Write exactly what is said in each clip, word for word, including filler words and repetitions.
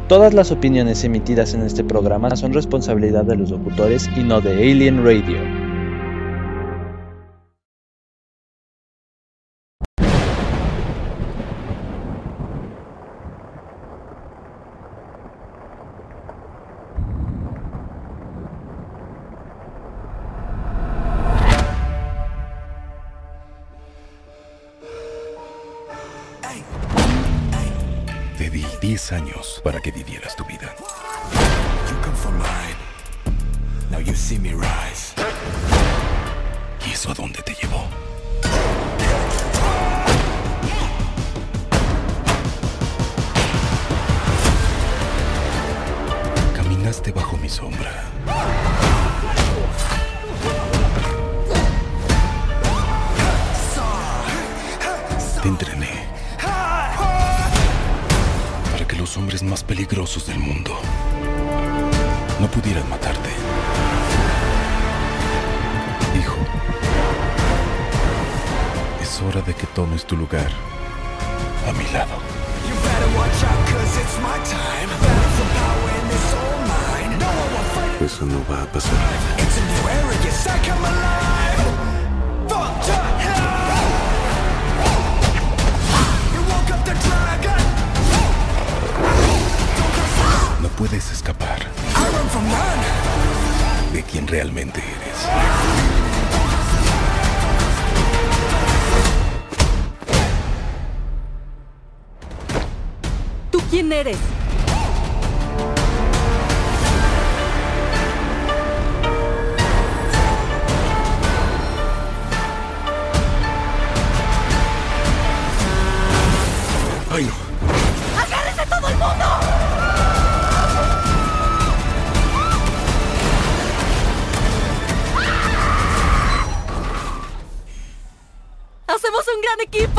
Todas las opiniones emitidas en este programa son responsabilidad de los locutores y no de Alien Radio. Te di diez años para que vivieras tu vida. ¿Y eso a dónde te llevó? Caminaste bajo mi sombra. Te entrené para que los hombres más peligrosos del mundo no pudieran matarte. Hijo, es hora de que tomes tu lugar a mi lado. Eso no va a pasar. No puedes escapar de quien realmente eres. ¿Tú quién eres? ¡Ay, no! ¡Agárrese todo el mundo! ¡Hacemos un gran equipo!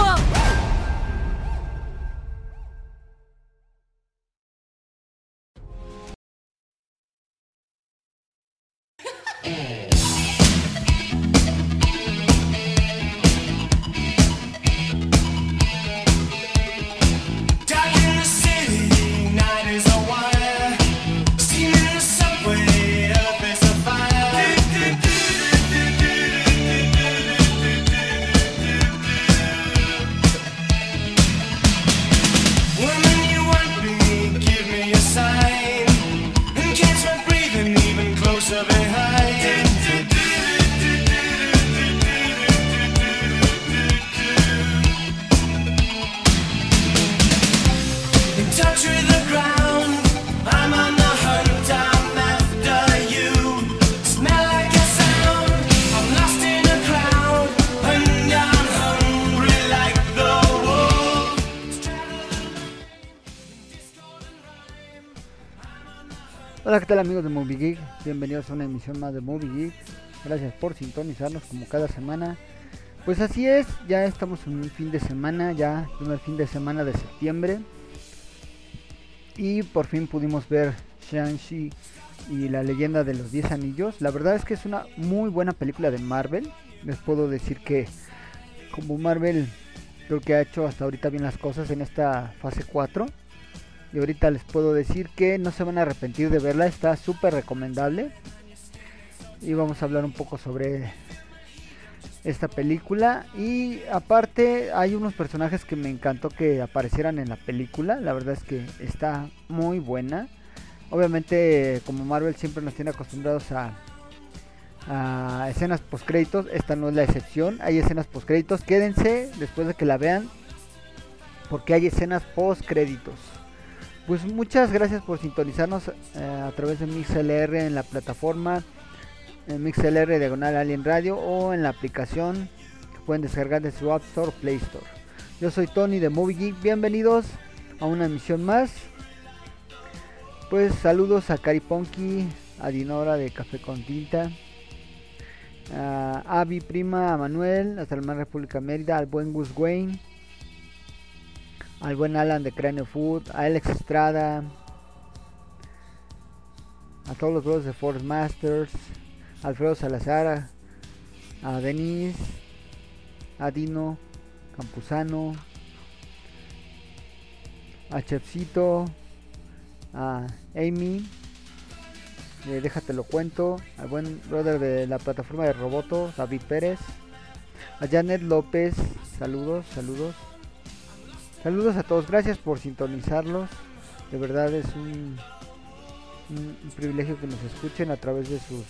Hola, ¿qué tal amigos de Movie Geek? Bienvenidos a una emisión más de Movie Geek. Gracias por sintonizarnos como cada semana. Pues así es, ya estamos en un fin de semana, ya primer fin de semana de septiembre. Y por fin pudimos ver Shang-Chi y la leyenda de los diez anillos. La verdad es que es una muy buena película de Marvel. Les puedo decir que como Marvel creo que ha hecho hasta ahorita bien las cosas en esta fase cuatro. Y ahorita les puedo decir que no se van a arrepentir de verla, está súper recomendable. Y vamos a hablar un poco sobre esta película. Y aparte hay unos personajes que me encantó que aparecieran en la película. La verdad es que está muy buena. Obviamente como Marvel siempre nos tiene acostumbrados a, a escenas post créditos, esta no es la excepción. Hay escenas post créditos, quédense después de que la vean porque hay escenas post créditos. Pues muchas gracias por sintonizarnos eh, a través de MixLR en la plataforma en MixLR Diagonal Alien Radio o en la aplicación que pueden descargar de su App Store o Play Store. Yo soy Tony de Movie Geek, bienvenidos a una emisión más. Pues saludos a Cari Ponky, a Dinora de Café con Tinta, a Avi Prima, a Manuel, hasta la más República Mérida, al buen Gus Wayne, al buen Alan de Cráneo Food, a Alex Estrada, a todos los bros de Force Masters, a Alfredo Salazar, a Denise, a Dino Campuzano, a Chefcito, a Amy, de Déjate lo cuento, al buen brother de la plataforma de Roboto, David Pérez, a Janet López, saludos, saludos. Saludos a todos, gracias por sintonizarlos. De verdad es un, un, un privilegio que nos escuchen a través de sus,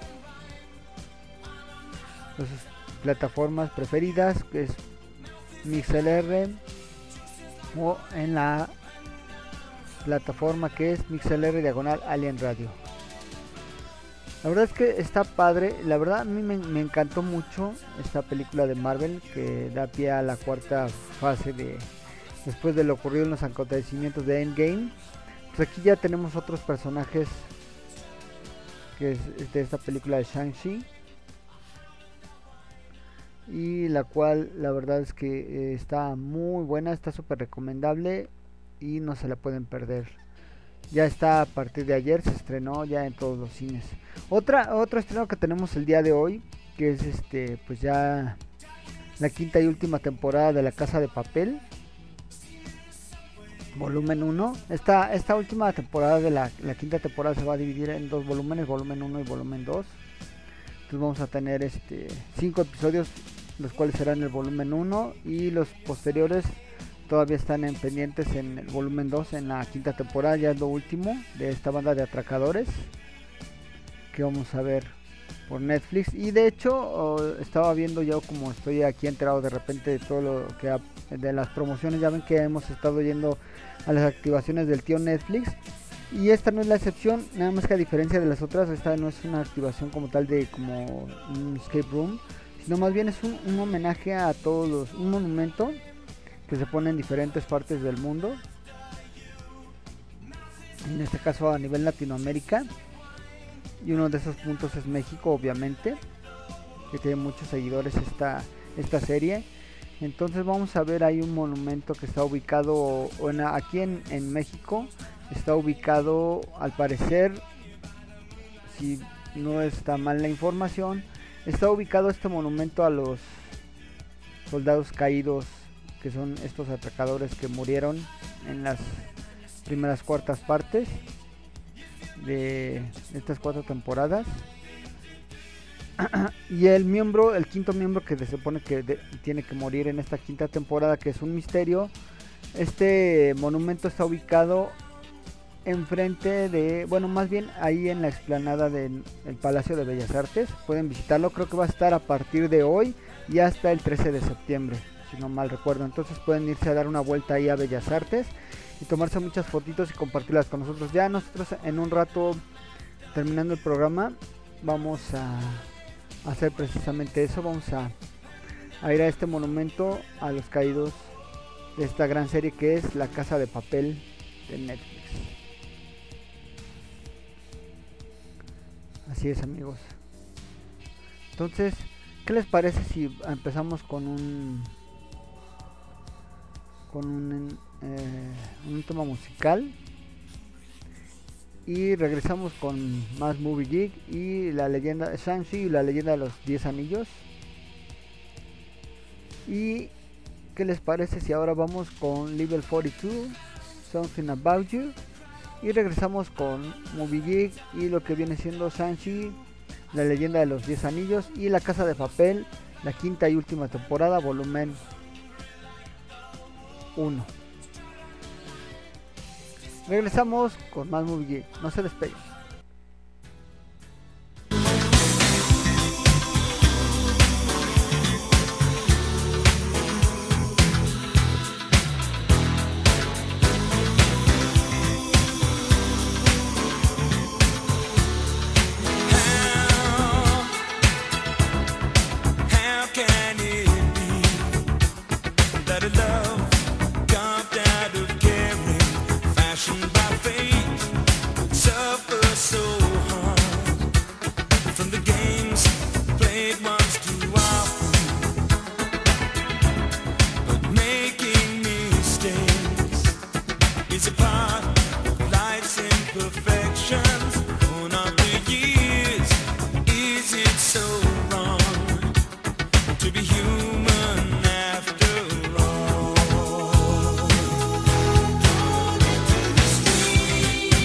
de sus plataformas preferidas, que es MixLR, o en la plataforma que es MixLR diagonal Alien Radio. La verdad es que está padre, la verdad a mí me, me encantó mucho esta película de Marvel que da pie a la cuarta fase de después de lo ocurrido en los acontecimientos de Endgame. Pues aquí ya tenemos otros personajes que es de esta película de Shang-Chi, y la cual la verdad es que eh, está muy buena, está súper recomendable y no se la pueden perder. Ya está a partir de ayer, se estrenó ya en todos los cines. Otra otro estreno que tenemos el día de hoy, que es este pues ya la quinta y última temporada de La Casa de Papel, volumen uno. Esta, esta última temporada de la, la quinta temporada se va a dividir en dos volúmenes, volumen uno y volumen dos. Entonces vamos a tener este cinco episodios, los cuales serán el volumen uno, y los posteriores todavía están en pendientes en el volumen dos, en la quinta temporada. Ya es lo último de esta banda de atracadores que vamos a ver por Netflix. Y de hecho oh, estaba viendo yo, como estoy aquí enterado de repente de todo lo que ha, de las promociones. Ya ven que hemos estado yendo a las activaciones del tío Netflix, y esta no es la excepción, nada más que a diferencia de las otras, esta no es una activación como tal de como un escape room, sino más bien es un, un homenaje a todos los, un monumento que se pone en diferentes partes del mundo, en este caso a nivel Latinoamérica, y uno de esos puntos es México, obviamente, que tiene muchos seguidores esta, esta serie. Entonces vamos a ver ahí un monumento que está ubicado en, aquí en, en México, está ubicado al parecer, si no está mal la información, está ubicado este monumento a los soldados caídos, que son estos atracadores que murieron en las primeras cuartas partes de estas cuatro temporadas. Y el miembro, el quinto miembro que se supone que de, tiene que morir en esta quinta temporada, que es un misterio. Este monumento está ubicado enfrente de, bueno, más bien ahí en la explanada del Palacio de Bellas Artes. Pueden visitarlo, creo que va a estar a partir de hoy y hasta el trece de septiembre, si no mal recuerdo. Entonces pueden irse a dar una vuelta ahí a Bellas Artes y tomarse muchas fotitos y compartirlas con nosotros. Ya nosotros en un rato, terminando el programa, vamos a hacer precisamente eso. Vamos a, a ir a este monumento a los caídos de esta gran serie que es La Casa de Papel de Netflix. Así es, amigos. Entonces, ¿qué les parece si empezamos con un con un, eh, un tema musical? Y regresamos con más Movie Geek y la leyenda de Shang-Chi y la leyenda de los diez anillos. Y ¿qué les parece si ahora vamos con Level cuarenta y dos, Something About You? Y regresamos con Movie Geek y lo que viene siendo Shang-Chi, la leyenda de los diez anillos y La Casa de Papel, la quinta y última temporada, volumen uno. Regresamos con más Movie Geek, no se despeguen. After all,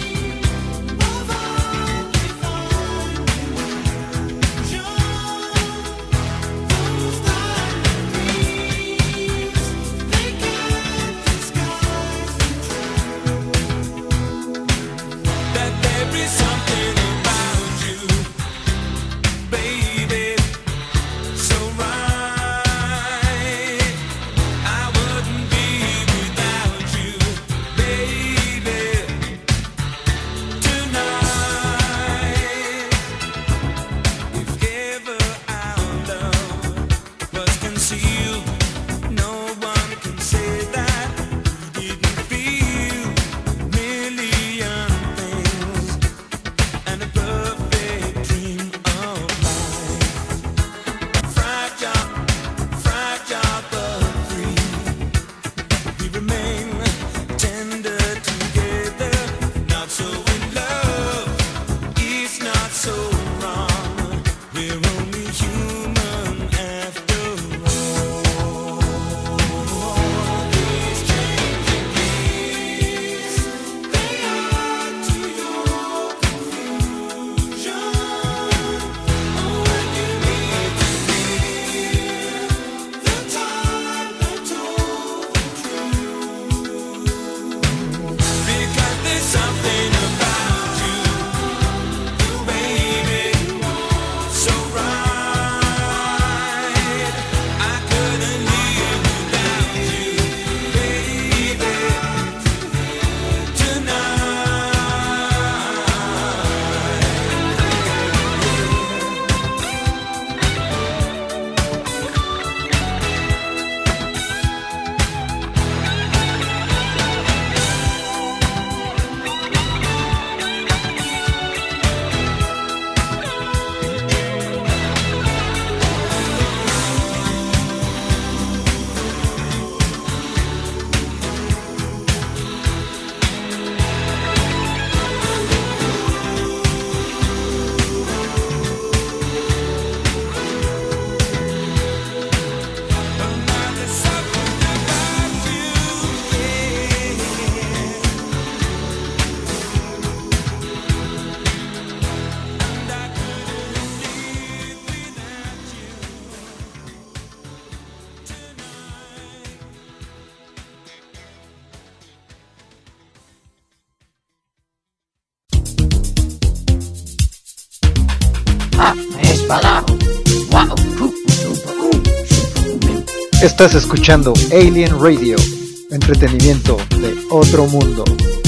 Estás escuchando Alien Radio, entretenimiento de otro mundo.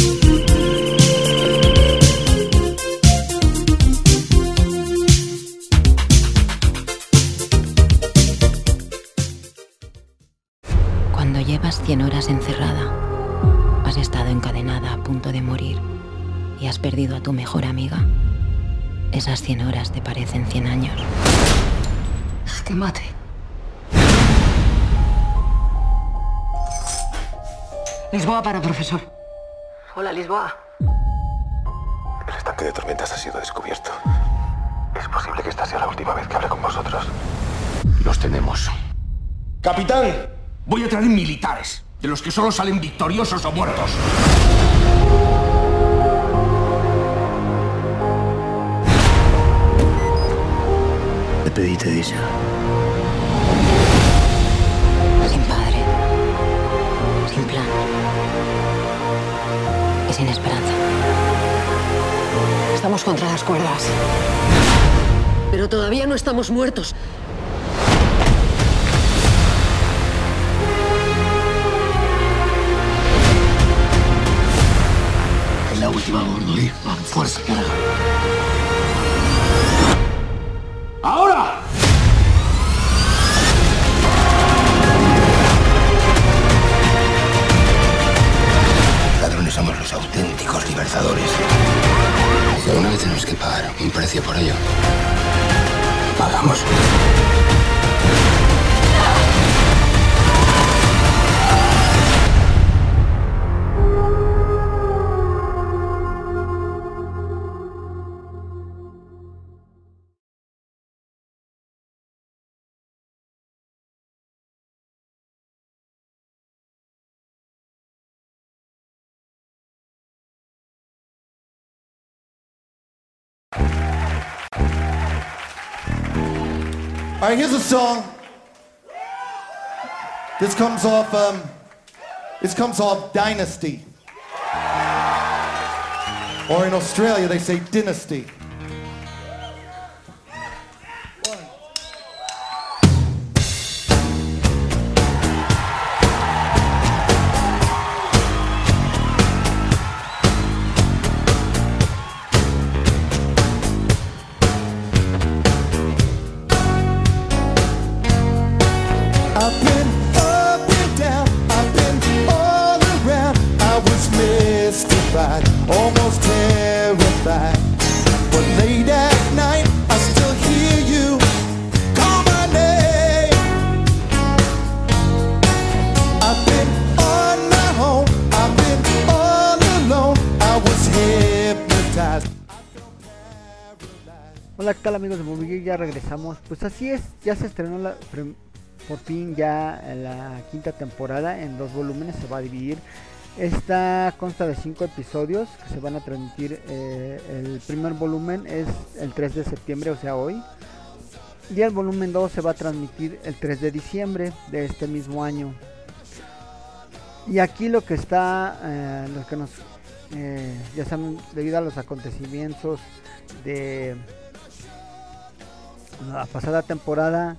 Cuando llevas cien horas encerrada, has estado encadenada a punto de morir y has perdido a tu mejor amiga, esas cien horas te parecen cien años. Que mate. Lisboa para profesor. Hola, Lisboa. El estanque de tormentas ha sido descubierto. Es posible que esta sea la última vez que hable con vosotros. Los tenemos. Capitán, voy a traer militares, de los que solo salen victoriosos o muertos. Te pedí, te dice. Sin padre, sin plan y sin esperanza. Estamos contra las cuerdas. Pero todavía no estamos muertos. Es la última, Gordoli. Fuerza, carga. ¡Ahora! Ladrones somos los auténticos libertadores. Si alguna vez tenemos que pagar un precio por ello, pagamos. All right, here's a song. This comes off, um, this comes off Dynasty. Or in Australia, they say Dynasty. Almost terrified, but late at night I still hear you call my name. I've been on my own, I've been all alone, I was hypnotized. Hola, ¿qué tal amigos de Movie Geek? Ya regresamos. Pues así es, ya se estrenó la, por fin ya la quinta temporada en dos volúmenes, se va a dividir. Esta consta de cinco episodios que se van a transmitir. Eh, el primer volumen es el tres de septiembre, o sea hoy. Y el volumen dos se va a transmitir el tres de diciembre de este mismo año. Y aquí lo que está, eh, lo que nos, eh, ya saben, debido a los acontecimientos de la pasada temporada,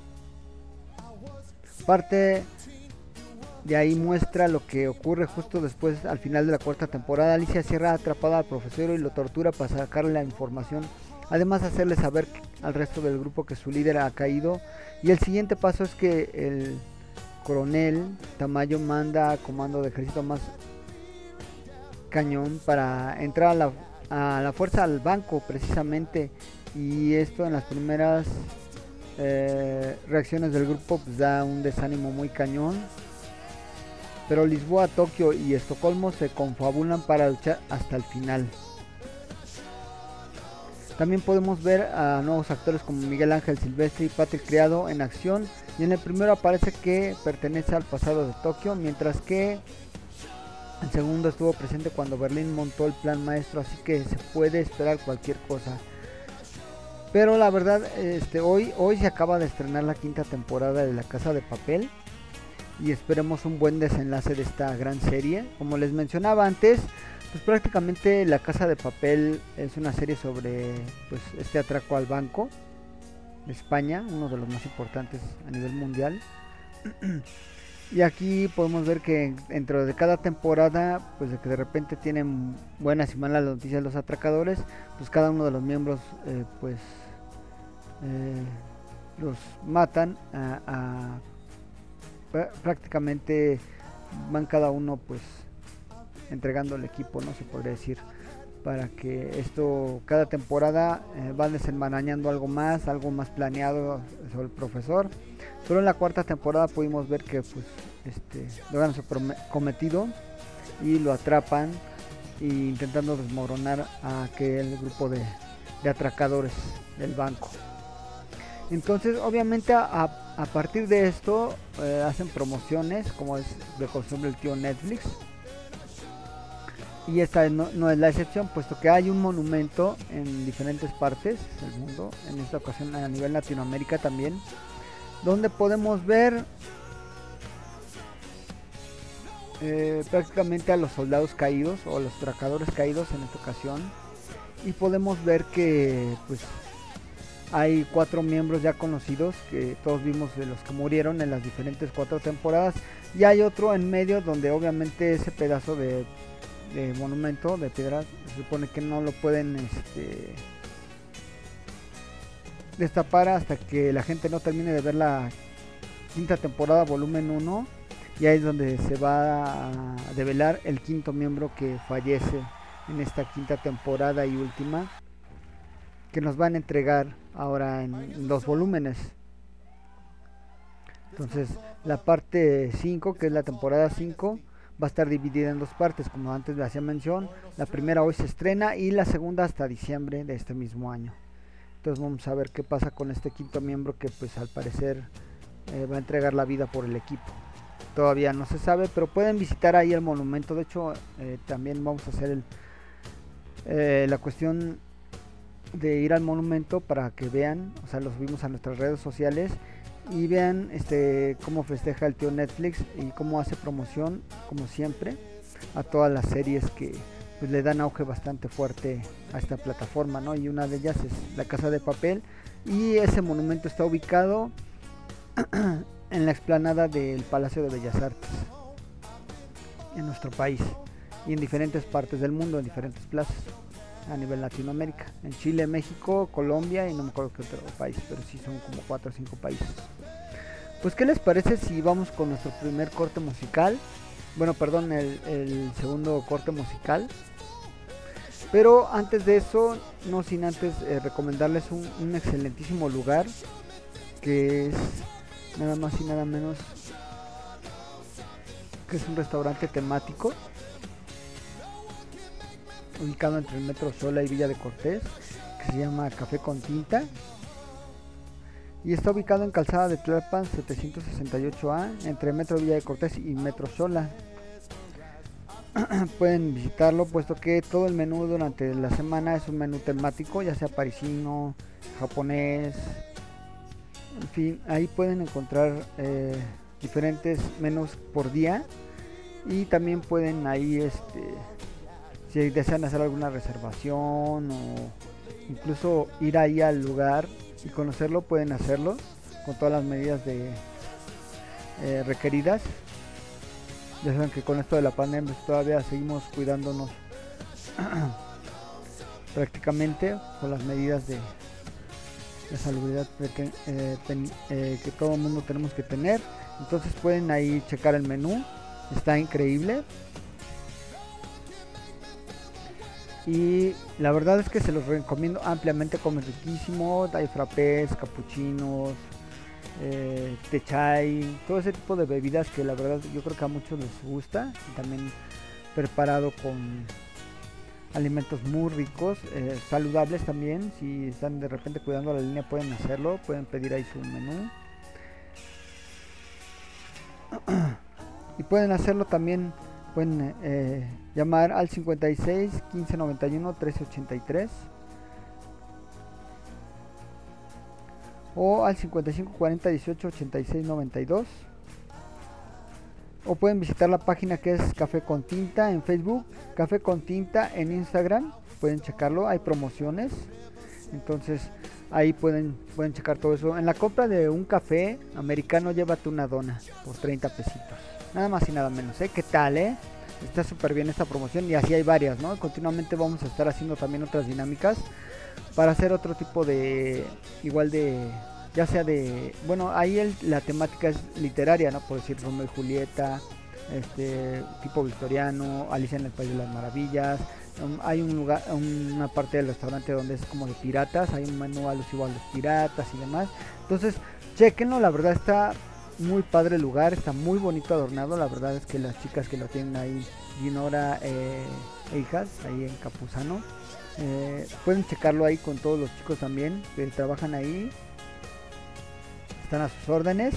parte de ahí muestra lo que ocurre justo después, al final de la cuarta temporada. Alicia cierra atrapada al profesor y lo tortura para sacarle la información, además hacerle saber al resto del grupo que su líder ha caído. Y el siguiente paso es que el coronel Tamayo manda a comando de ejército más cañón para entrar a la, a la fuerza al banco precisamente. Y esto en las primeras eh, reacciones del grupo pues da un desánimo muy cañón. Pero Lisboa, Tokio y Estocolmo se confabulan para luchar hasta el final. También podemos ver a nuevos actores como Miguel Ángel Silvestre y Patrick Criado en acción. Y en el primero aparece que pertenece al pasado de Tokio, mientras que el segundo estuvo presente cuando Berlín montó el plan maestro, así que se puede esperar cualquier cosa. Pero la verdad, este, hoy, hoy se acaba de estrenar la quinta temporada de La Casa de Papel. Y esperemos un buen desenlace de esta gran serie. Como les mencionaba antes, pues prácticamente La Casa de Papel es una serie sobre pues este atraco al banco. de España, uno de los más importantes a nivel mundial. Y aquí podemos ver que dentro de cada temporada, pues de que de repente tienen buenas y malas noticias los atracadores, pues cada uno de los miembros eh, pues eh, los matan a, a pr- prácticamente van cada uno pues entregando el equipo, no se podría decir, para que esto cada temporada eh, van desenmarañando algo más, algo más planeado sobre el profesor. Pero en la cuarta temporada pudimos ver que pues este logran su prom- cometido y lo atrapan e intentando desmoronar a aquel grupo de, de atracadores del banco. Entonces obviamente a, a, a partir de esto eh, hacen promociones, como es de costumbre el tío Netflix. Y esta no, no es la excepción, puesto que hay un monumento en diferentes partes del mundo, en esta ocasión a nivel Latinoamérica también, donde podemos ver eh, prácticamente a los soldados caídos o los atracadores caídos en esta ocasión, y podemos ver que pues hay cuatro miembros ya conocidos que todos vimos de los que murieron en las diferentes cuatro temporadas, y hay otro en medio donde obviamente ese pedazo de de monumento de piedras se supone que no lo pueden este destapar hasta que la gente no termine de ver la quinta temporada volumen uno, y ahí es donde se va a develar el quinto miembro que fallece en esta quinta temporada y última, que nos van a entregar ahora en dos volúmenes. Entonces la parte cinco, que es la temporada cinco, va a estar dividida en dos partes, como antes le hacía mención. La primera hoy se estrena y la segunda hasta diciembre de este mismo año. Entonces vamos a ver qué pasa con este quinto miembro que pues al parecer eh, va a entregar la vida por el equipo. Todavía no se sabe, pero pueden visitar ahí el monumento. De hecho eh, también vamos a hacer el, eh, la cuestión de ir al monumento para que vean, o sea, lo subimos a nuestras redes sociales y vean este cómo festeja el tío Netflix y cómo hace promoción, como siempre, a todas las series que pues le dan auge bastante fuerte a esta plataforma, ¿no? Y una de ellas es La Casa de Papel, y ese monumento está ubicado en la explanada del Palacio de Bellas Artes en nuestro país y en diferentes partes del mundo, en diferentes plazas a nivel Latinoamérica, en Chile, México, Colombia y no me acuerdo qué otro país, pero sí son como cuatro o cinco países. Pues qué les parece si vamos con nuestro primer corte musical, bueno perdón, el, el segundo corte musical, pero antes de eso, no sin antes eh, recomendarles un, un excelentísimo lugar que es nada más y nada menos que es un restaurante temático ubicado entre el Metro Sola y Villa de Cortés, que se llama Café con Tinta, y está ubicado en Calzada de Tlalpan setecientos sesenta y ocho A, entre Metro Villa de Cortés y Metro Sola. Pueden visitarlo, puesto que todo el menú durante la semana es un menú temático, ya sea parisino, japonés, en fin, ahí pueden encontrar eh, diferentes menús por día, y también pueden ahí este si desean hacer alguna reservación o incluso ir ahí al lugar y conocerlo, pueden hacerlo con todas las medidas de eh, requeridas. Ya saben que con esto de la pandemia todavía seguimos cuidándonos prácticamente con las medidas de, de salubridad eh, ten, eh, que todo el mundo tenemos que tener. Entonces pueden ahí checar el menú, está increíble. Y la verdad es que se los recomiendo ampliamente, comen riquísimo, hay frappés, capuchinos, eh, té chai, todo ese tipo de bebidas que la verdad yo creo que a muchos les gusta, y también preparado con alimentos muy ricos, eh, saludables también. Si están de repente cuidando la línea pueden hacerlo, pueden pedir ahí su menú y pueden hacerlo también. Pueden eh, llamar al cincuenta y seis, quince noventa y uno, trece ochenta y tres o al cincuenta y cinco, cuarenta, dieciocho, ochenta y seis, noventa y dos, o pueden visitar la página que es Café con Tinta en Facebook, Café con Tinta en Instagram, pueden checarlo, hay promociones. Entonces ahí pueden, pueden checar todo eso. En la compra de un café americano, llévate una dona por treinta pesitos. Nada más y nada menos, ¿eh? ¿Qué tal, eh? Está súper bien esta promoción y así hay varias, ¿no? Continuamente vamos a estar haciendo también otras dinámicas para hacer otro tipo de, igual de, ya sea de, bueno, ahí el, la temática es literaria, ¿no? Por decir Romeo y Julieta, este, tipo victoriano, Alicia en el País de las Maravillas. Um, hay un lugar, un, una parte del restaurante donde es como de piratas, hay un menú alusivo a los piratas y demás. Entonces, chequenlo, la verdad está muy padre el lugar, está muy bonito adornado. La verdad es que las chicas que lo tienen ahí, Ginora eh, e hijas, ahí en Capuzano, eh, pueden checarlo ahí con todos los chicos también que trabajan ahí, están a sus órdenes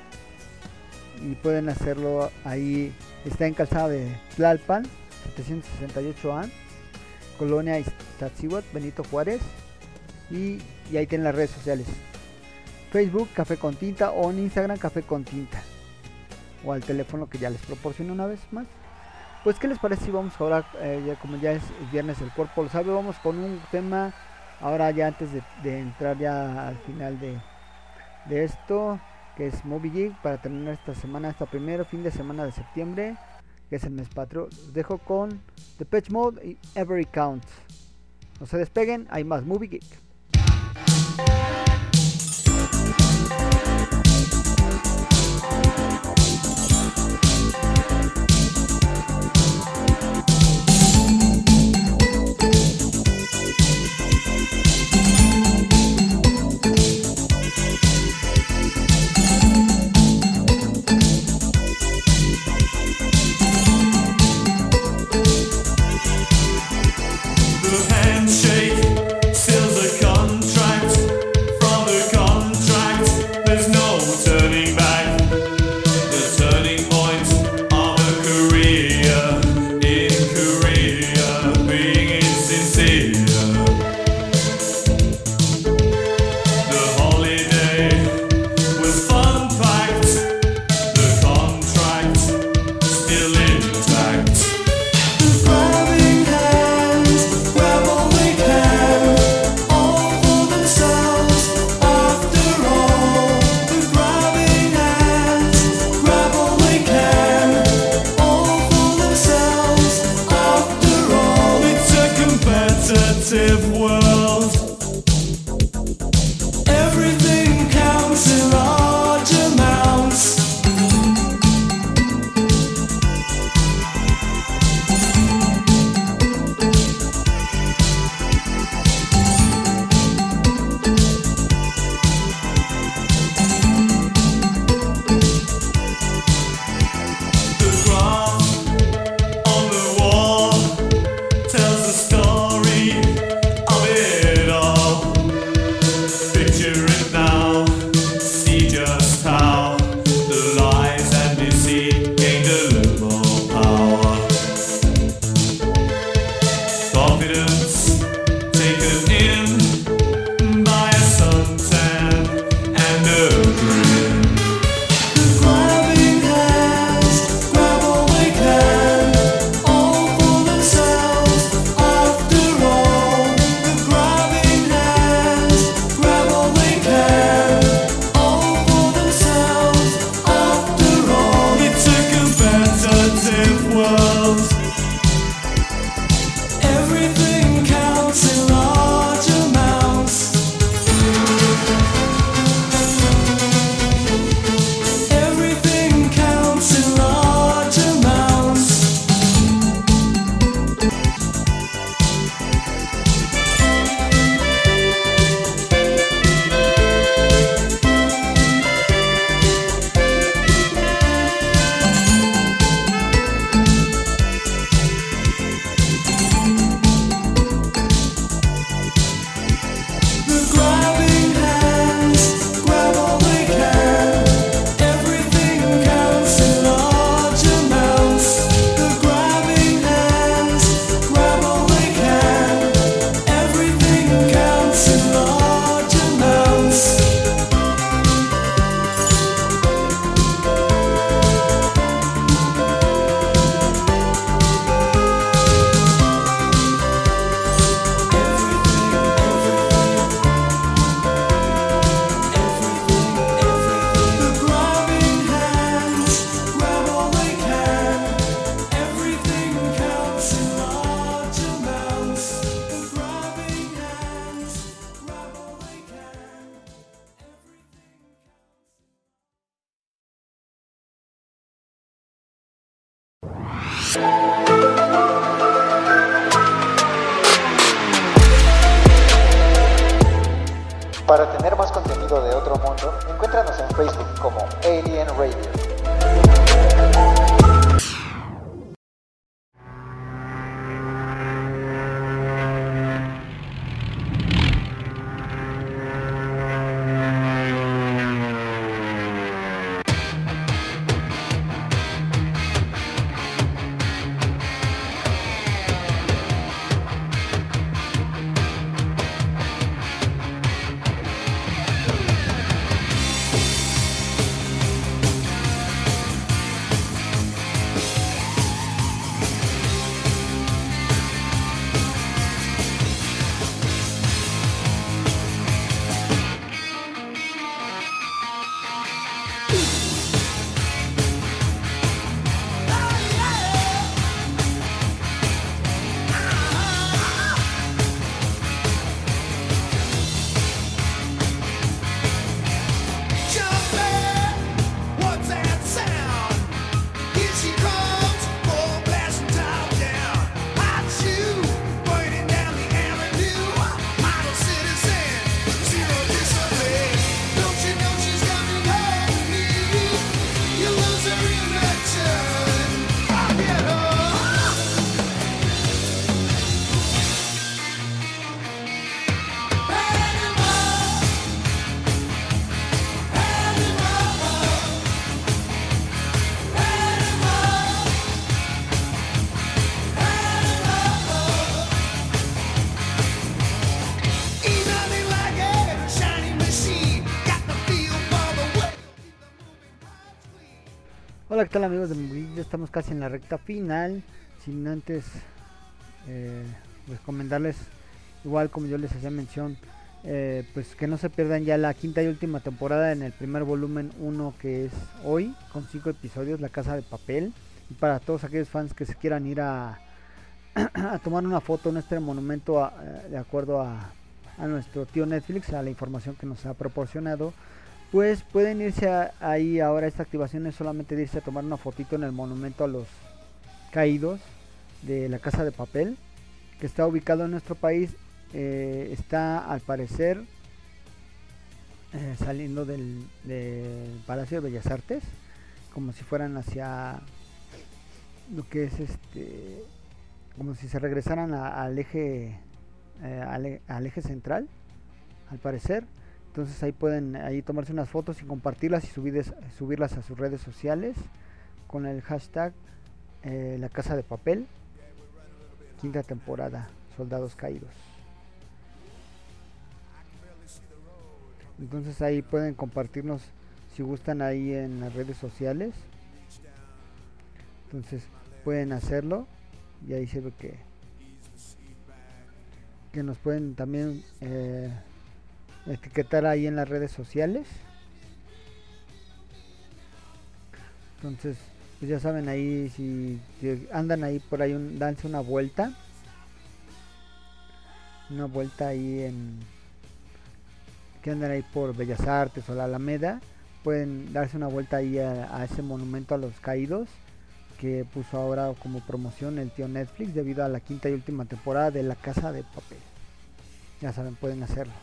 y pueden hacerlo ahí. Está en calzada de Tlalpan setecientos sesenta y ocho A, Colonia Iztaccíhuatl, Benito Juárez, y, y ahí tienen las redes sociales: Facebook Café con Tinta, o en Instagram Café con Tinta, o al teléfono que ya les proporcioné una vez más. Pues qué les parece si vamos ahora, eh, ya como ya es viernes, el cuerpo lo sabe, vamos con un tema ahora ya antes de, de entrar ya al final de, de esto, que es Moby Geek, para terminar esta semana, esta primero fin de semana de septiembre, que es el mes patrio. Los dejo con Depeche Mode y Every Count. No se despeguen, hay más Moby Geek. Of Para tener más contenido de Otro Mundo, encuéntranos en Facebook como Alien Radio. Hola, ¿qué tal amigos de Movie Geek? Ya estamos casi en la recta final, sin antes eh, recomendarles, igual como yo les hacía mención, eh, pues que no se pierdan ya la quinta y última temporada en el primer volumen uno, que es hoy, con cinco episodios, La Casa de Papel. Y para todos aquellos fans que se quieran ir a, a tomar una foto en este monumento a, de acuerdo a, a nuestro tío Netflix, a la información que nos ha proporcionado, pues pueden irse a, ahí ahora. Esta activación es solamente de irse a tomar una fotito en el monumento a los caídos de La Casa de Papel, que está ubicado en nuestro país. Eh, está al parecer eh, saliendo del, del Palacio de Bellas Artes, como si fueran hacia lo que es este, como si se regresaran a, al eje eh, al, al eje central, al parecer. Entonces ahí pueden ahí tomarse unas fotos y compartirlas y subirles, subirlas a sus redes sociales con el hashtag eh, La Casa de Papel, quinta temporada, Soldados Caídos. Entonces ahí pueden compartirnos si gustan ahí en las redes sociales. Entonces pueden hacerlo y ahí se ve que que nos pueden también eh, etiquetar ahí en las redes sociales. Entonces pues ya saben, ahí si, si andan ahí por ahí, un, danse una vuelta una vuelta ahí en que andan ahí por Bellas Artes o la Alameda, pueden darse una vuelta ahí a, a ese monumento a los caídos que puso ahora como promoción el tío Netflix debido a la quinta y última temporada de La Casa de Papel. Ya saben, pueden hacerlo.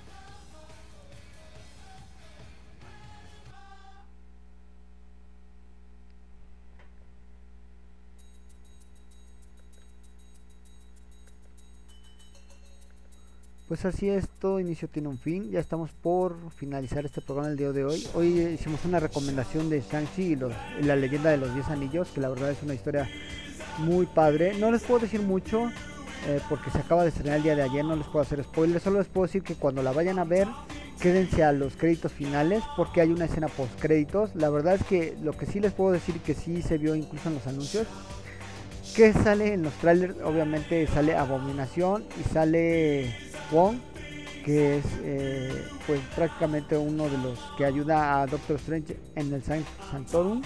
Pues así es, todo inicio tiene un fin. Ya estamos por finalizar este programa el día de hoy. Hoy hicimos una recomendación de Shang-Chi y, los, y la leyenda de los diez anillos, que la verdad es una historia muy padre. No les puedo decir mucho eh, porque se acaba de estrenar el día de ayer, no les puedo hacer spoilers. Solo les puedo decir que cuando la vayan a ver, quédense a los créditos finales porque hay una escena post créditos. La verdad es que lo que sí les puedo decir, que sí se vio incluso en los anuncios, que sale en los trailers, obviamente sale Abominación y sale Wong, que es eh, pues prácticamente uno de los que ayuda a Doctor Strange en el Santorum.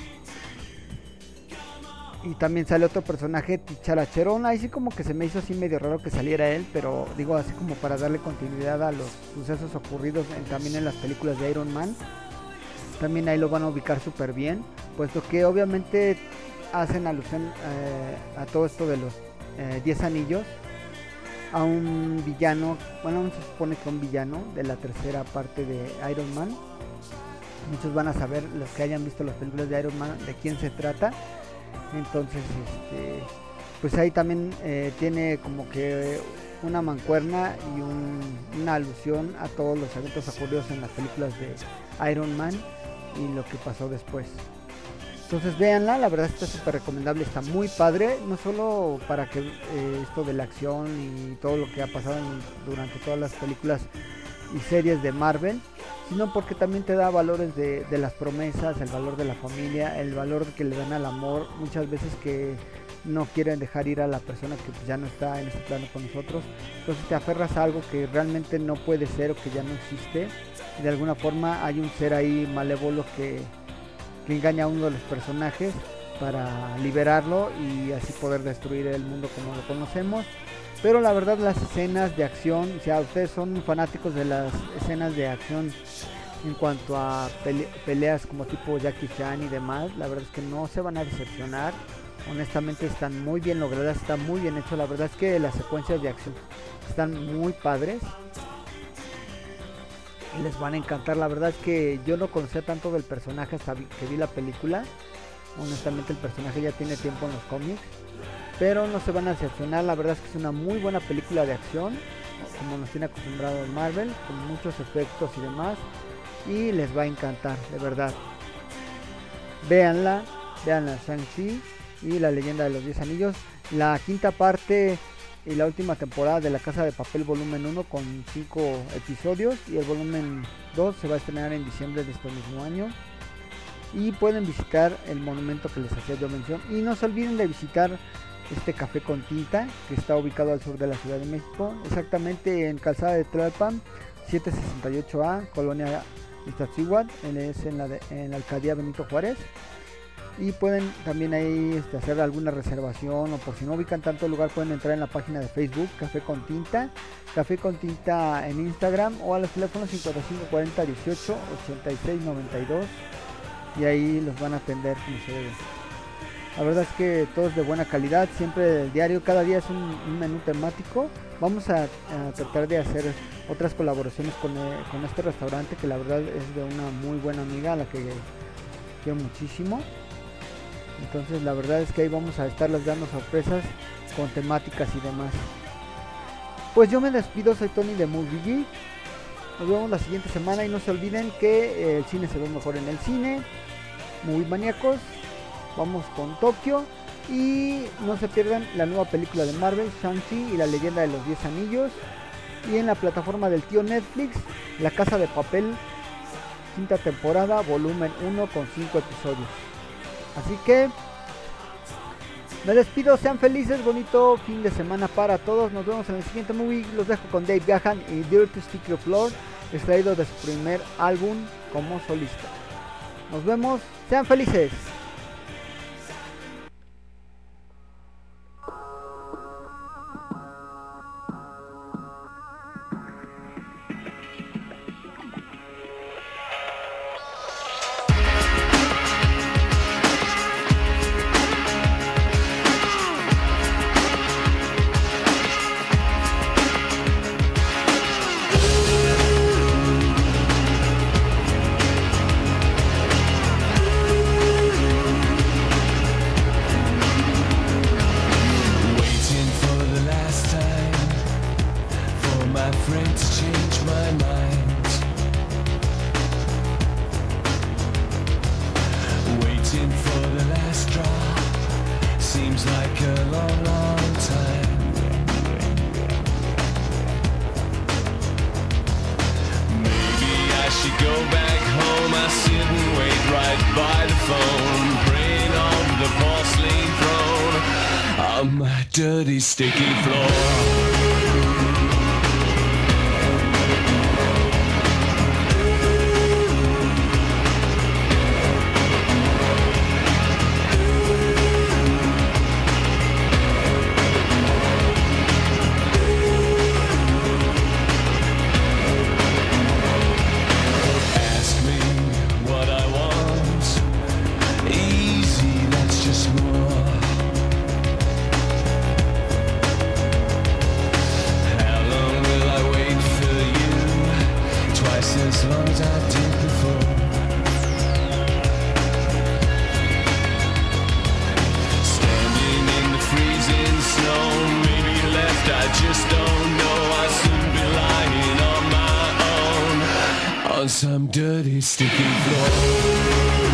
Y también sale otro personaje, T'Challa Cherón. Ahí sí como que se me hizo así medio raro que saliera él, pero digo así como para darle continuidad a los sucesos ocurridos en, también en las películas de Iron Man. También ahí lo van a ubicar súper bien, puesto que obviamente hacen alusión eh, a todo esto de los diez eh, anillos, a un villano, bueno, se supone que un villano de la tercera parte de Iron Man. Muchos van a saber, los que hayan visto las películas de Iron Man, de quién se trata. Entonces, este, pues ahí también eh, tiene como que una mancuerna y un, una alusión a todos los eventos ocurridos en las películas de Iron Man y lo que pasó después. Entonces véanla, la verdad está súper recomendable, está muy padre, no solo para que eh, esto de la acción y todo lo que ha pasado en, durante todas las películas y series de Marvel, sino porque también te da valores de, de las promesas, el valor de la familia, el valor que le dan al amor, muchas veces que no quieren dejar ir a la persona que pues, ya no está en este plano con nosotros, entonces te aferras a algo que realmente no puede ser o que ya no existe, y de alguna forma hay un ser ahí malévolo que que engaña a uno de los personajes para liberarlo y así poder destruir el mundo como lo conocemos. Pero la verdad las escenas de acción, si ustedes son fanáticos de las escenas de acción en cuanto a pele peleas como tipo Jackie Chan y demás, la verdad es que no se van a decepcionar. Honestamente están muy bien logradas, está muy bien hecho. La verdad es que las secuencias de acción están muy padres. Les van a encantar, la verdad es que yo no conocía tanto del personaje hasta que vi la película. Honestamente el personaje ya tiene tiempo en los cómics, pero no se van a decepcionar, la verdad es que es una muy buena película de acción, como nos tiene acostumbrado Marvel, con muchos efectos y demás, y les va a encantar, de verdad. Véanla, véanla, Shang-Chi y la leyenda de los diez anillos, la quinta parte y la última temporada de La Casa de Papel volumen uno con cinco episodios, y el volumen dos se va a estrenar en diciembre de este mismo año. Y pueden visitar el monumento que les hacía yo mención, y no se olviden de visitar este café con tinta que está ubicado al sur de la Ciudad de México, exactamente en Calzada de Tlalpan setecientos sesenta y ocho A, Colonia Iztaccíhuatl, es en la, de, en la alcaldía Benito Juárez. Y pueden también ahí este, hacer alguna reservación, o por si no ubican tanto el lugar, pueden entrar en la página de Facebook Café con Tinta, Café con Tinta en Instagram, o a los teléfonos cincuenta y cinco cuarenta dieciocho ochenta y seis noventa y dos, y ahí los van a atender como se debe. La verdad es que todo es de buena calidad, siempre el diario, cada día es un, un menú temático. Vamos a, a tratar de hacer otras colaboraciones con, eh, con este restaurante, que la verdad es de una muy buena amiga a la que quiero muchísimo. Entonces la verdad es que ahí vamos a estarles dando sorpresas con temáticas y demás. Pues yo me despido, soy Tony de Movie Geek. Nos vemos la siguiente semana y no se olviden que eh, el cine se ve mejor en el cine. Muy maníacos. Vamos con Tokio. Y no se pierdan la nueva película de Marvel, Shang-Chi y la leyenda de los diez anillos. Y en la plataforma del tío Netflix, La Casa de Papel, quinta temporada, volumen uno con cinco episodios. Así que me despido, sean felices, bonito fin de semana para todos. Nos vemos en el siguiente movie. Los dejo con Dave Gahan y Dirty Sticky Floor, extraído de su primer álbum como solista. Nos vemos, sean felices. Dirty sticky floor. on some dirty, sticky floor.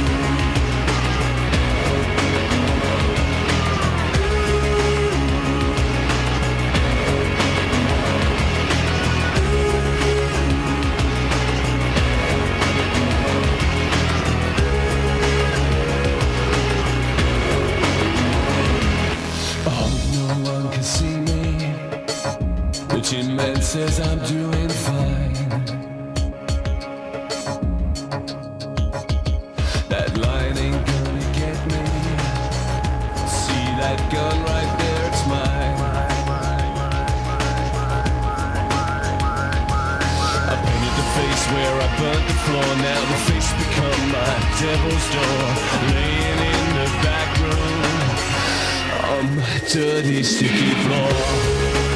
Man says I'm doing fine. That line ain't gonna get me. See that gun right there, it's mine. I painted the face where I burnt the floor. Now the face become my devil's door. Laying in the back room on my dirty, sticky floor.